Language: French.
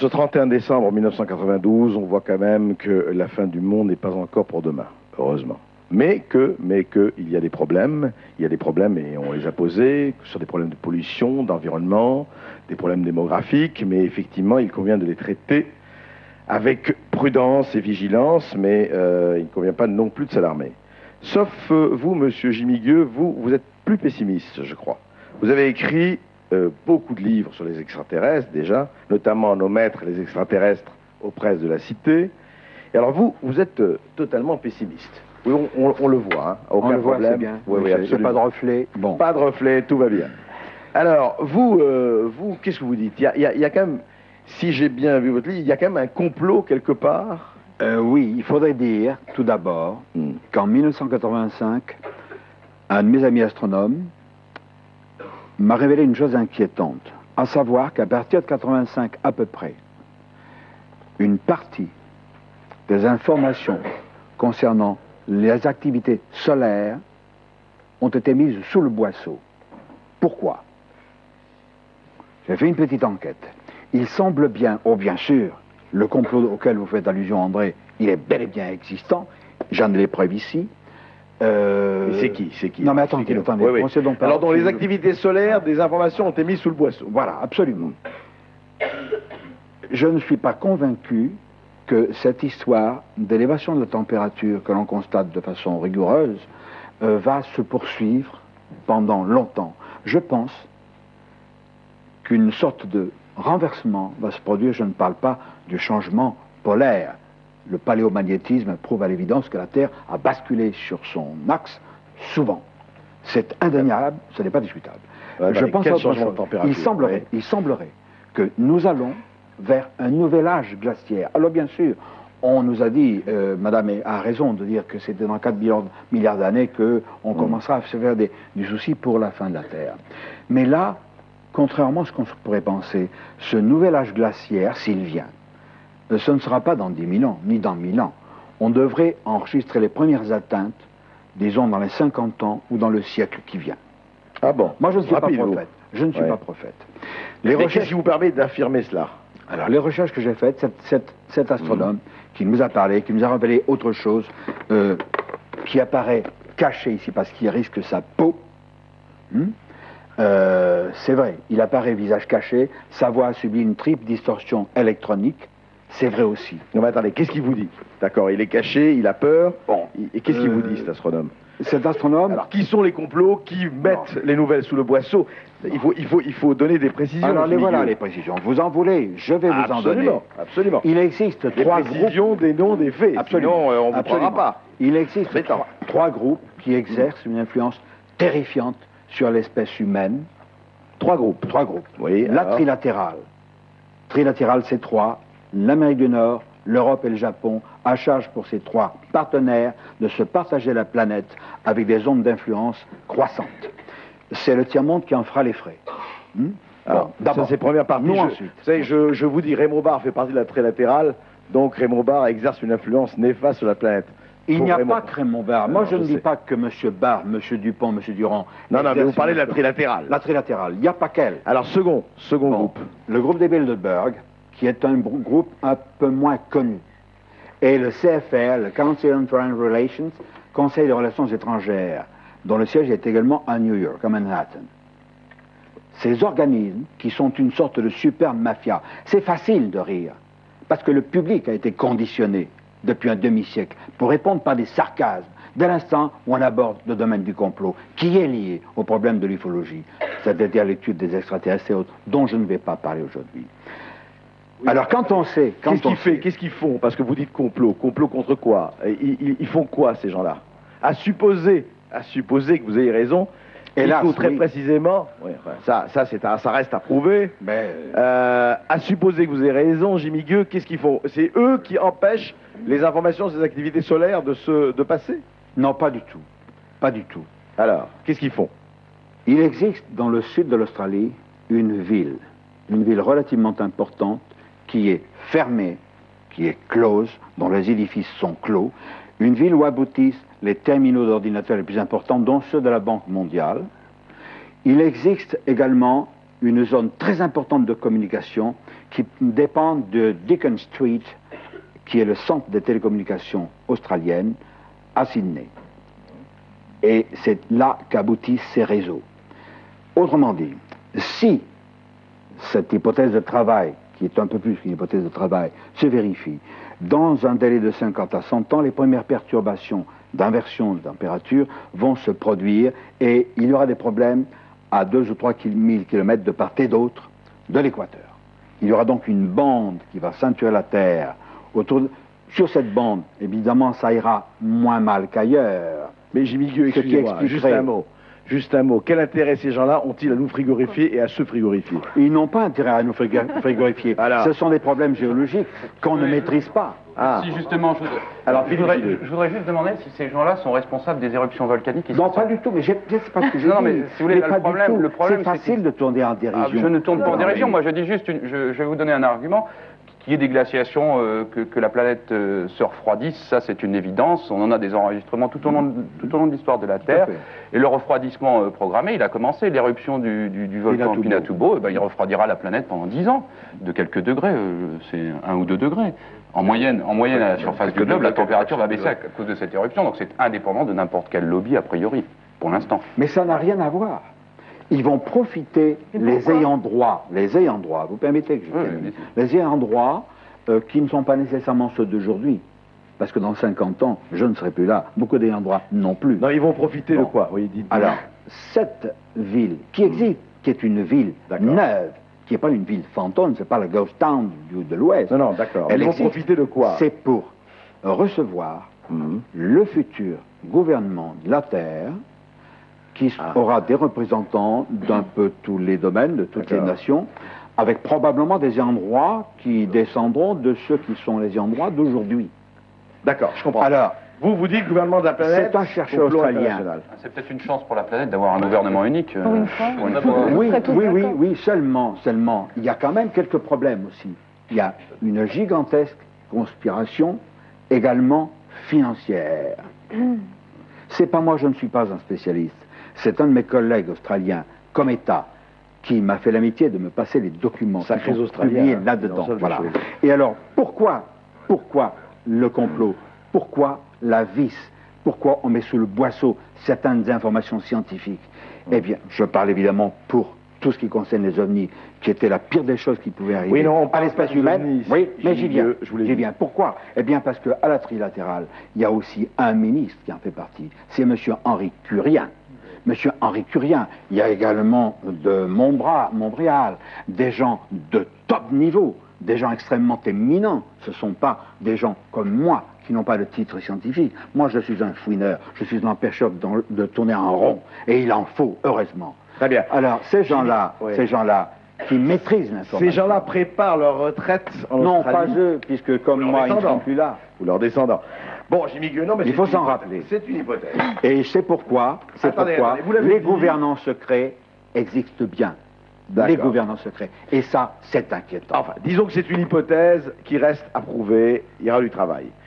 ce 31 décembre 1992, on voit quand même que la fin du monde n'est pas encore pour demain, heureusement. Mais il y a des problèmes, et on les a posés, sur des problèmes de pollution, d'environnement, des problèmes démographiques, mais effectivement, il convient de les traiter avec prudence et vigilance, mais il ne convient pas non plus de s'alarmer. Sauf vous, monsieur Gimigueux, vous êtes plus pessimiste, je crois. Vous avez écrit beaucoup de livres sur les extraterrestres, déjà, notamment Nos maîtres, les extraterrestres, aux presses de la Cité. Et alors vous êtes totalement pessimiste. Oui, on le voit, hein, aucun on le voit, problème. c'est bien. Oui, absolument. Pas de reflet. Bon. Pas de reflet, tout va bien. Alors, vous, qu'est-ce que vous dites? Il y a quand même, si j'ai bien vu votre livre, il y a quand même un complot quelque part? Oui, il faudrait dire, tout d'abord, qu'en 1985, un de mes amis astronomes m'a révélé une chose inquiétante, à savoir qu'à partir de 85 à peu près, une partie des informations concernant les activités solaires ont été mises sous le boisseau. Pourquoi? J'ai fait une petite enquête. Il semble bien, oh bien sûr, le complot auquel vous faites allusion, André, il est bel et bien existant. J'en ai les preuves ici. C'est qui? Non mais attendez, oui. procédons pas. Alors dans les activités solaires, des informations ont été mises sous le boisseau. Voilà, absolument. Je ne suis pas convaincu que cette histoire d'élévation de la température que l'on constate de façon rigoureuse va se poursuivre pendant longtemps. Je pense qu'une sorte de renversement va se produire. Je ne parle pas du changement polaire. Le paléomagnétisme prouve à l'évidence que la Terre a basculé sur son axe souvent. C'est indéniable, ce n'est pas discutable. Je pense à autre chose. Il semblerait que nous allons vers un nouvel âge glaciaire. Alors bien sûr, on nous a dit, Madame a raison de dire que c'était dans 4 milliards d'années qu'on commencera à se faire du souci pour la fin de la Terre. Mais là, contrairement à ce qu'on pourrait penser, ce nouvel âge glaciaire, s'il vient, ce ne sera pas dans 10 000 ans, ni dans 1000 ans. On devrait enregistrer les premières atteintes, disons dans les 50 ans ou dans le siècle qui vient. Ah bon? Moi, je ne suis pas prophète. Je ne suis pas prophète. Les recherches qui vous permettent d'affirmer cela? Alors, les recherches que j'ai faites, cet astronome qui nous a parlé, qui nous a révélé autre chose, qui apparaît caché ici parce qu'il risque sa peau. C'est vrai, il apparaît visage caché, sa voix a subi une triple distorsion électronique, c'est vrai aussi. Non mais attendez, qu'est-ce qu'il vous dit? D'accord, il est caché, il a peur, bon. Et qu'est-ce qu'il vous dit cet astronome? Cet astronome... Alors qui sont les complots qui mettent les nouvelles sous le boisseau? Il faut donner des précisions. Alors voilà les précisions, vous en voulez, je vais vous en donner. Absolument. Il existe des trois précisions, groupes... des noms, des faits, absolument. Sinon on ne vous croira pas. Il existe trois groupes qui exercent une influence terrifiante sur l'espèce humaine. Trois groupes. Oui, la trilatérale. Trilatérale, c'est trois. L'Amérique du Nord, l'Europe et le Japon, à charge pour ces trois partenaires de se partager la planète avec des zones d'influence croissantes. C'est le tiers-monde qui en fera les frais. Alors, d'abord, c'est première partie. Nous ensuite. Je vous dis, Raymond Barre fait partie de la trilatérale, donc Raymond Barre exerce une influence néfaste sur la planète. Il n'y a pas que Raymond Barre. Moi, je ne dis pas que M. Barre, M. Dupont, M. Durand... Non, mais vous parlez de la trilatérale. La trilatérale, il n'y a pas qu'elle. Alors, second groupe. Le groupe des Bilderberg, qui est un groupe un peu moins connu. Et le CFR, le Council on Foreign Relations, Conseil des Relations étrangères, dont le siège est également à New York, à Manhattan. Ces organismes, qui sont une sorte de super mafia, c'est facile de rire, parce que le public a été conditionné depuis un demi-siècle pour répondre par des sarcasmes dès l'instant où on aborde le domaine du complot, qui est lié au problème de l'ufologie, c'est-à-dire l'étude des extraterrestres et autres, dont je ne vais pas parler aujourd'hui. Oui. Alors quand on sait... Qu'est-ce qu'ils font? Parce que vous dites complot. Complot contre quoi? Ils font quoi, ces gens-là? À supposer que vous ayez raison, hélas, il faut très précisément... Oui, ça reste à prouver. À supposer que vous ayez raison, Gimigueux, qu'est-ce qu'ils font? C'est eux qui empêchent les informations sur les activités solaires de passer? Non, pas du tout. Pas du tout. Alors, qu'est-ce qu'ils font? Il existe dans le sud de l'Australie une ville relativement importante, qui est fermée, qui est close, dont les édifices sont clos, une ville où aboutissent les terminaux d'ordinateurs les plus importants, dont ceux de la Banque mondiale. Il existe également une zone très importante de communication qui dépend de Deakin Street, qui est le centre des télécommunications australiennes, à Sydney. Et c'est là qu'aboutissent ces réseaux. Autrement dit, si cette hypothèse de travail, qui est un peu plus qu'une hypothèse de travail, se vérifie, dans un délai de 50 à 100 ans, les premières perturbations d'inversion de température vont se produire et il y aura des problèmes à 2 ou 3 000 km de part et d'autre de l'équateur. Il y aura donc une bande qui va ceinturer la Terre autour de... Sur cette bande, évidemment, ça ira moins mal qu'ailleurs. Mais Jimmy Gueux, excusez-moi, juste un mot. Quel intérêt ces gens-là ont-ils à nous frigorifier et à se frigorifier? Ils n'ont pas intérêt à nous frigorifier. Alors. Ce sont des problèmes géologiques qu'on ne maîtrise pas. Ah. Si justement, je voudrais juste demander si ces gens-là sont responsables des éruptions volcaniques. Non, pas du tout, mais c'est pas ce que je dis. Non, mais si vous voulez, le problème c'est facile de tourner en dérision. Je ne tourne pas en dérision, moi je dis juste, je vais vous donner un argument. Qu'il y ait des glaciations, que la planète se refroidisse, ça c'est une évidence. On en a des enregistrements tout au long de l'histoire de la Terre. Et le refroidissement programmé, il a commencé. L'éruption du volcan Pinatubo, il refroidira la planète pendant 10 ans, de quelques degrés, c'est 1 ou 2 degrés. En moyenne, à la surface du globe, la température va baisser à cause de cette éruption. Donc c'est indépendant de n'importe quel lobby, a priori, pour l'instant. Mais ça n'a rien à voir. Ils vont profiter, les ayants droit, vous permettez que je termine, les ayants droit qui ne sont pas nécessairement ceux d'aujourd'hui, parce que dans 50 ans, je ne serai plus là, beaucoup d'ayants droit non plus. Non, ils vont profiter de quoi? Oui, alors, cette ville qui existe, qui est une ville neuve, qui n'est pas une ville fantôme, c'est pas la ghost town de l'Ouest. Non, d'accord. Ils vont profiter de quoi? C'est pour recevoir le futur gouvernement de la Terre, qui aura des représentants d'un peu tous les domaines, de toutes les nations, avec probablement des endroits qui descendront de ceux qui sont les endroits d'aujourd'hui. D'accord, je comprends. Alors, vous dites gouvernement de la planète. C'est un chercheur australien. C'est peut-être une chance pour la planète d'avoir un gouvernement unique. Oui, seulement, il y a quand même quelques problèmes aussi. Il y a une gigantesque conspiration, également financière. C'est pas moi, je ne suis pas un spécialiste. C'est un de mes collègues australiens, Cometa, qui m'a fait l'amitié de me passer les documents qui sont publiés là-dedans. Voilà. Et alors, pourquoi le complot? Pourquoi la vis? Pourquoi on met sous le boisseau certaines informations scientifiques? Eh bien, je parle évidemment pour tout ce qui concerne les ovnis, qui était la pire des choses qui pouvaient arriver à l'espèce humaine. Oui, mais j'y viens. Pourquoi? Eh bien, parce qu'à la trilatérale, il y a aussi un ministre qui en fait partie. C'est M. Henri Curien. Monsieur Henri Curien, il y a également de Montréal, des gens de top niveau, des gens extrêmement éminents. Ce ne sont pas des gens comme moi qui n'ont pas de titre scientifique. Moi, je suis un fouineur, je suis un empêcheur de tourner en rond, et il en faut, heureusement. Très bien. Alors, ces gens-là qui maîtrisent l'information. Ces gens-là préparent leur retraite en Non, Australie. pas eux, puisque comme moi, ils ne sont plus là. Ou leurs descendants. Bon, Jimmy Gueux, non, mais il faut s'en rappeler. C'est une hypothèse. Et c'est pourquoi, les gouvernants secrets existent bien. Les gouvernants secrets. Et ça, c'est inquiétant. Enfin, disons que c'est une hypothèse qui reste à prouver, il y aura du travail.